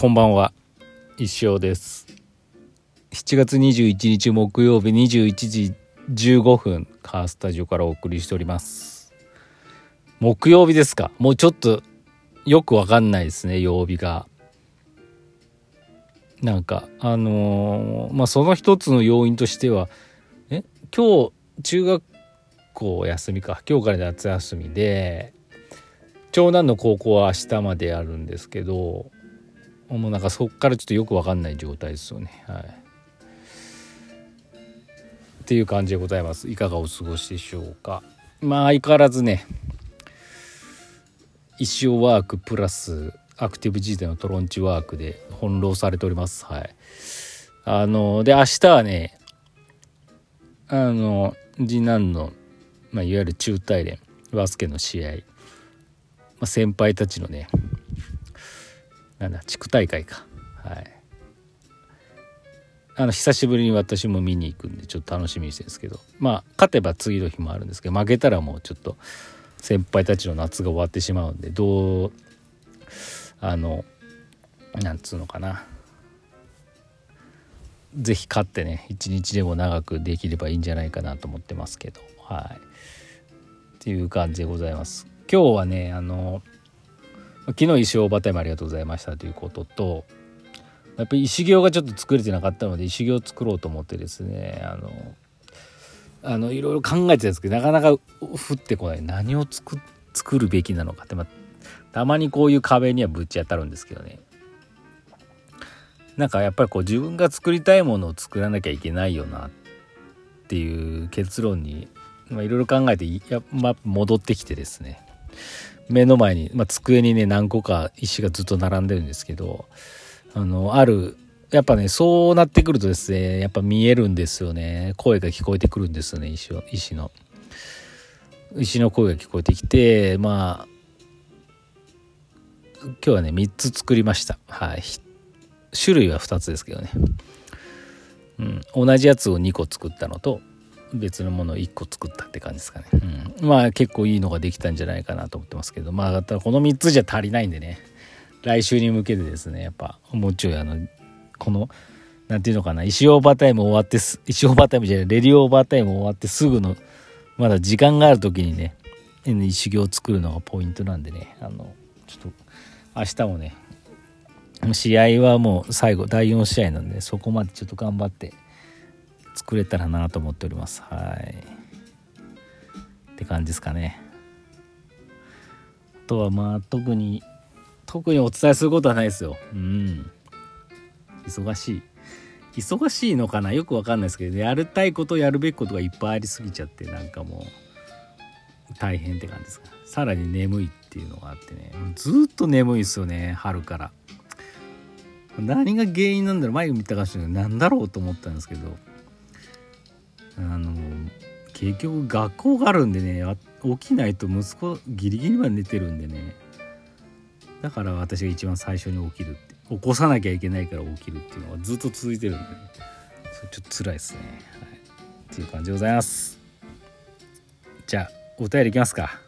こんばんは、一生です。7月21日木曜日21時15分カースタジオからお送りしております。木曜日ですか。もうちょっとよくわかんないですね、曜日が。なんかその一つの要因としては今日中学校休みか、今日から夏休みで、長男の高校は明日まであるんですけど、もうなんかそっからちょっとよく分かんない状態ですよね。はい。っていう感じでございます。いかがお過ごしでしょうか。相変わらずね、一生ワークプラスアクティブ G でのトロンチワークで翻弄されております。はい。で明日はね、次男のいわゆる中大連バスケの試合、先輩たちのね、地区大会か、はい、久しぶりに私も見に行くんでちょっと楽しみにしてるんですけど、勝てば次の日もあるんですけど、負けたらもうちょっと先輩たちの夏が終わってしまうんで、なんつうのかな、ぜひ勝ってね、一日でも長くできればいいんじゃないかなと思ってますけど、はい、っていう感じでございます。今日はね、昨日石尾バタイもありがとうございましたということと、やっぱり石行がちょっと作れてなかったので石行を作ろうと思ってですね、いろいろ考えてたんですけど、なかなか降ってこない。何を作るべきなのかって、たまにこういう壁にはぶち当たるんですけどね、なんかやっぱりこう自分が作りたいものを作らなきゃいけないよなっていう結論にいろいろ考えて戻ってきてですね、目の前に、机にね何個か石がずっと並んでるんですけど、やっぱね、そうなってくるとですね、やっぱ見えるんですよね。声が聞こえてくるんですよね。石の声が聞こえてきて、今日はね3つ作りました。はい。種類は2つですけどね、同じやつを2個作ったのと別のものを1個作ったって感じですかね。結構いいのができたんじゃないかなと思ってますけど、だったらこの3つじゃ足りないんでね、来週に向けてですね、やっぱもうちょいこのなんていうのかな、石オーバータイム終わって、石オーバータイムじゃない、レディオーバータイム終わってすぐのまだ時間がある時にね、石行を作るのがポイントなんでね、ちょっと明日もね、試合はもう最後第4試合なんで、そこまでちょっと頑張って作れたらなと思っております。はいって感じですかね。あとは特にお伝えすることはないですよ。忙しいのかな、よくわかんないですけど、やりたいことやるべきことがいっぱいありすぎちゃって、なんかもう大変って感じですか。さらに眠いっていうのがあってね、ずっと眠いですよね、春から。何が原因なんだろう、前見たかしら何だろうと思ったんですけど、結局学校があるんでね、起きないと息子ギリギリまで寝てるんでね、だから私が一番最初に起きるって、起こさなきゃいけないから起きるっていうのがずっと続いてるんでね、それちょっと辛いですね。はい、っていう感じでございます。じゃあお便りいきますか。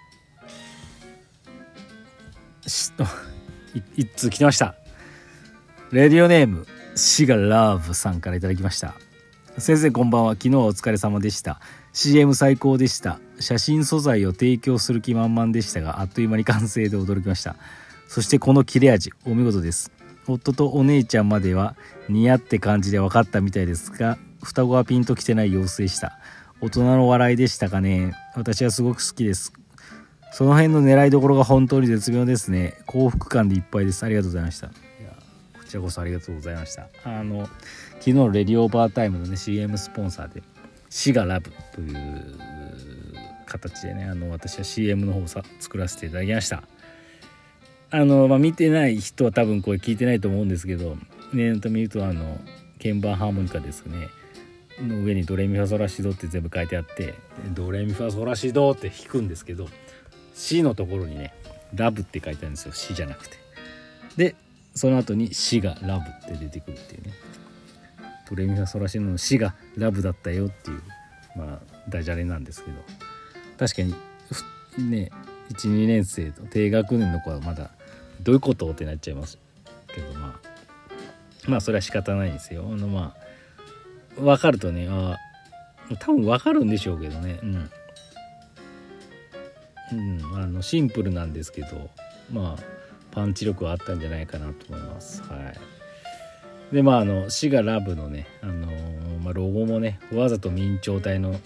一通来てました。レディオネームシガラーブさんからいただきました。先生こんばんは。昨日はお疲れ様でした。 CM 最高でした。写真素材を提供する気満々でしたが、あっという間に完成で驚きました。そしてこの切れ味お見事です。夫とお姉ちゃんまでは似合って感じで分かったみたいですが、双子はピンときてない様子でした。大人の笑いでしたかね。私はすごく好きです。その辺の狙いどころが本当に絶妙ですね。幸福感でいっぱいです。ありがとうございました。こちらこそありがとうございました。昨日レディオーバータイムのね CM スポンサーでシガラブという形でね、私は CM の方を作らせていただきました。見てない人は多分これ聞いてないと思うんですけど、念のため言うと鍵盤ハーモニカですねの上にドレミファソラシドって全部書いてあって、ドレミファソラシドって弾くんですけど、 C のところにねラブって書いてあるんですよ。 C じゃなくて、でその後にシがラブって出てくるっていうね、ドレミファソラシドのシがラブだったよっていうダジャレなんですけど、確かにね 1,2 年生と低学年の子はまだどういうことってなっちゃいますけど、まあそれは仕方ないんですよ。まあ分かるとね、多分分かるんでしょうけどね、シンプルなんですけど、まあパンチ力はあったんじゃないかなと思います。はい。でシガラブのね、ロゴもね、わざと明朝体の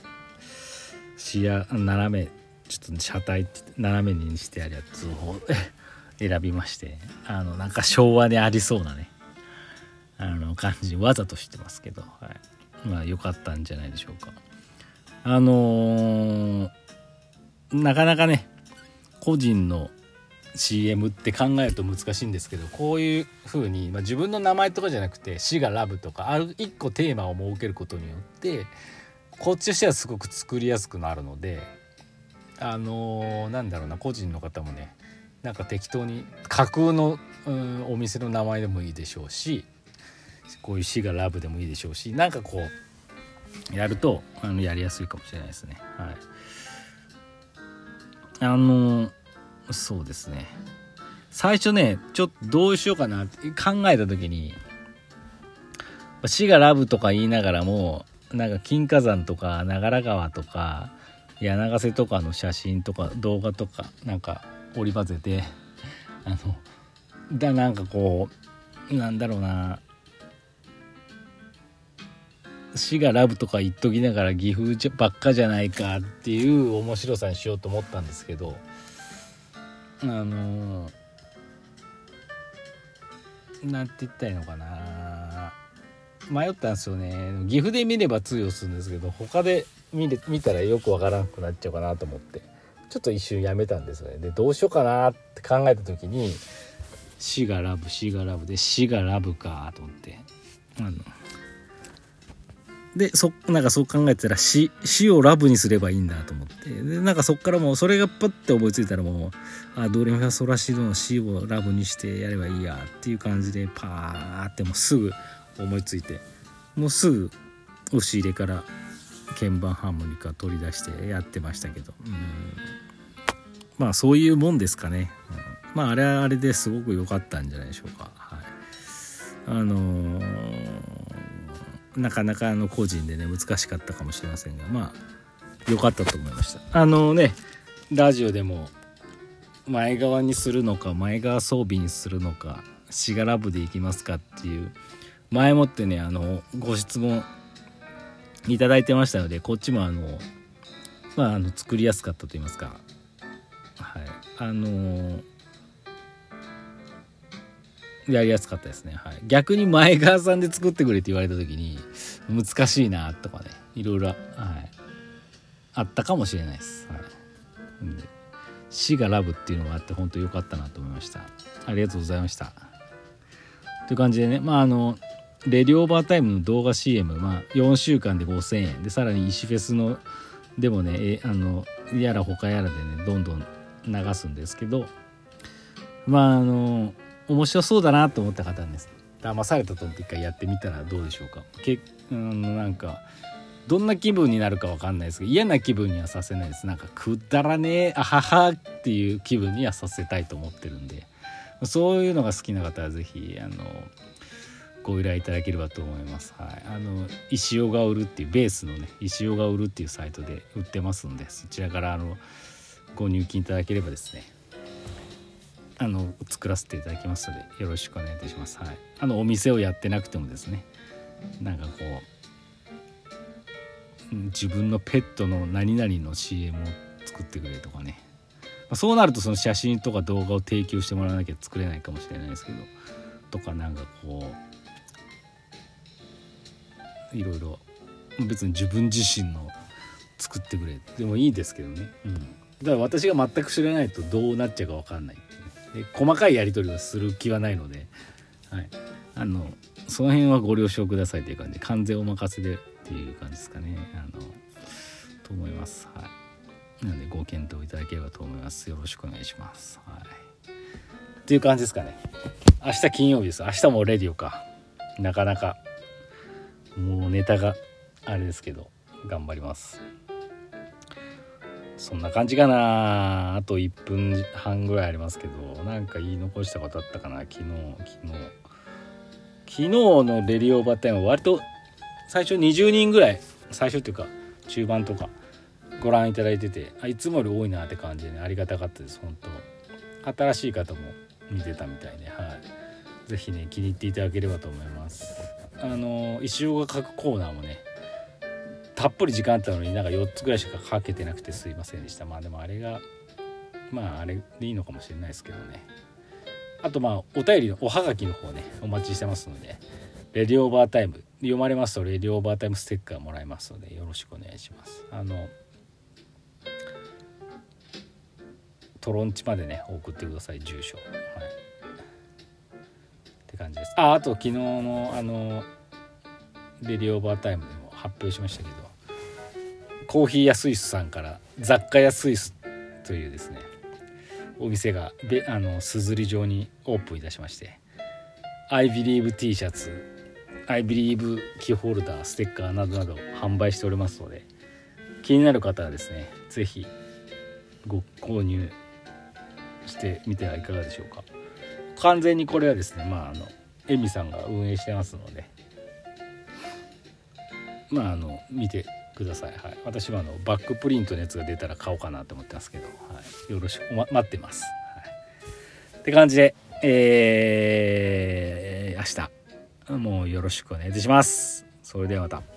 斜めちょっと車体斜めにしてあるやつを選びまして、なんか昭和でありそうなね感じわざとしてますけど、はい、まあ良かったんじゃないでしょうか。なかなかね個人の CM って考えると難しいんですけど、こういう風に、自分の名前とかじゃなくてシガラブとかある一個テーマを設けることによってこっちとしてはすごく作りやすくなるので、なんだろうな、個人の方もねなんか適当に架空の、お店の名前でもいいでしょうし、こういうシガラブでもいいでしょうし、なんかこうやるとやりやすいかもしれないですね。はい。そうですね、最初ねちょっとどうしようかなって考えた時に、シガラブとか言いながらもなんか金華山とか長良川とか柳瀬とかの写真とか動画とかなんか織り交ぜてなんかこうなんだろうな、シガラブとか言っときながら岐阜ばっかじゃないかっていう面白さにしようと思ったんですけど、なんて言ったらいいのかな、迷ったんですよね。岐阜で見れば通用するんですけど、他で見たらよくわからなくなっちゃうかなと思ってちょっと一瞬やめたんですよね。でどうしようかなって考えた時にシガラブでシガラブかと思って、でなんかそう考えてたら死をラブにすればいいんだと思って、でなんかそっからもうそれがパッて思いついたらもうドレミファソラシドの死をラブにしてやればいいやっていう感じでパーってもうすぐ思いついて、もうすぐ押し入れから鍵盤ハーモニカ取り出してやってましたけど、まあそういうもんですかね。まああれはあれですごく良かったんじゃないでしょうか。はい、なかなか個人でね難しかったかもしれませんが、まあ良かったと思いました。ラジオでも前側にするのか前側装備にするのかシガラブでいきますかっていう前もってねご質問いただいてましたので、こっちも作りやすかったと言いますか、はい、やりやすかったですね。はい、逆に前川さんで作ってくれって言われた時に難しいなとかね、いろいろ、あったかもしれないです。はい、シガラブっていうのがあって本当良かったなと思いました。ありがとうございました。という感じでね、レディオーバータイムの動画 CM、4週間で5000円で、さらに石フェスのでもねやら他やらでねどんどん流すんですけど、面白そうだなと思った方はですね、騙されたと思って一回やってみたらどうでしょうか。なんかどんな気分になるか分かんないですけど、嫌な気分にはさせないです。なんかくだらねえあははっていう気分にはさせたいと思ってるんで、そういうのが好きな方はぜひご依頼いただければと思います。はい、石尾が売るっていうベースのね石尾が売るっていうサイトで売ってますんで、そちらからご入金いただければですね作らせていただきますのでよろしくお願いいたします。はい、お店をやってなくてもですね、なんかこう自分のペットの何々の CM を作ってくれとかね、そうなるとその写真とか動画を提供してもらわなきゃ作れないかもしれないですけど、とかなんかこういろいろ別に自分自身の作ってくれでもいいですけどね、だから私が全く知らないとどうなっちゃうか分かんないっていうね、で細かいやり取りをする気はないので、はい、その辺はご了承くださいという感じで完全お任せでっていう感じですかね、と思います。はい、なのでご検討いただければと思います。よろしくお願いします。はい、っていう感じですかね。明日金曜日です。明日もレディオか。なかなかもうネタがあれですけど頑張ります。 そんな感じかな。あと1分半ぐらいありますけど、なんか言い残したことあったかな。昨日のレディオーバータイムは割と最初20人ぐらい、最初っていうか中盤とかご覧いただいてて、いつもより多いなって感じでね、ありがたかったです。本当新しい方も見てたみたいで、はい、ぜひね気に入っていただければと思います。石尾が書くコーナーもねたっぷり時間あったのになんか4つぐらいしか書けてなくてすいませんでした。でもあれがあれでいいのかもしれないですけどね。あとお便りのおはがきの方ねお待ちしてますので、レディオーバータイム読まれますとレディオーバータイムステッカーもらえますのでよろしくお願いします。トロンチまでね送ってください、住所。はい、って感じです。あと昨日のレディオーバータイムでも発表しましたけど、コーヒーやスイスさんから雑貨やスイスというですねお店がすずり状にオープンいたしまして、 I believe T シャツ、 I believe キーホルダー、ステッカーなどなど販売しておりますので、気になる方はですねぜひご購入してみてはいかがでしょうか。完全にこれはですねエミさんが運営してますので見てください。はい、私はバックプリントのやつが出たら買おうかなと思ってますけど、はい、よろしく、待ってます。はい、って感じで、明日もうよろしくお願いいたします。それではまた。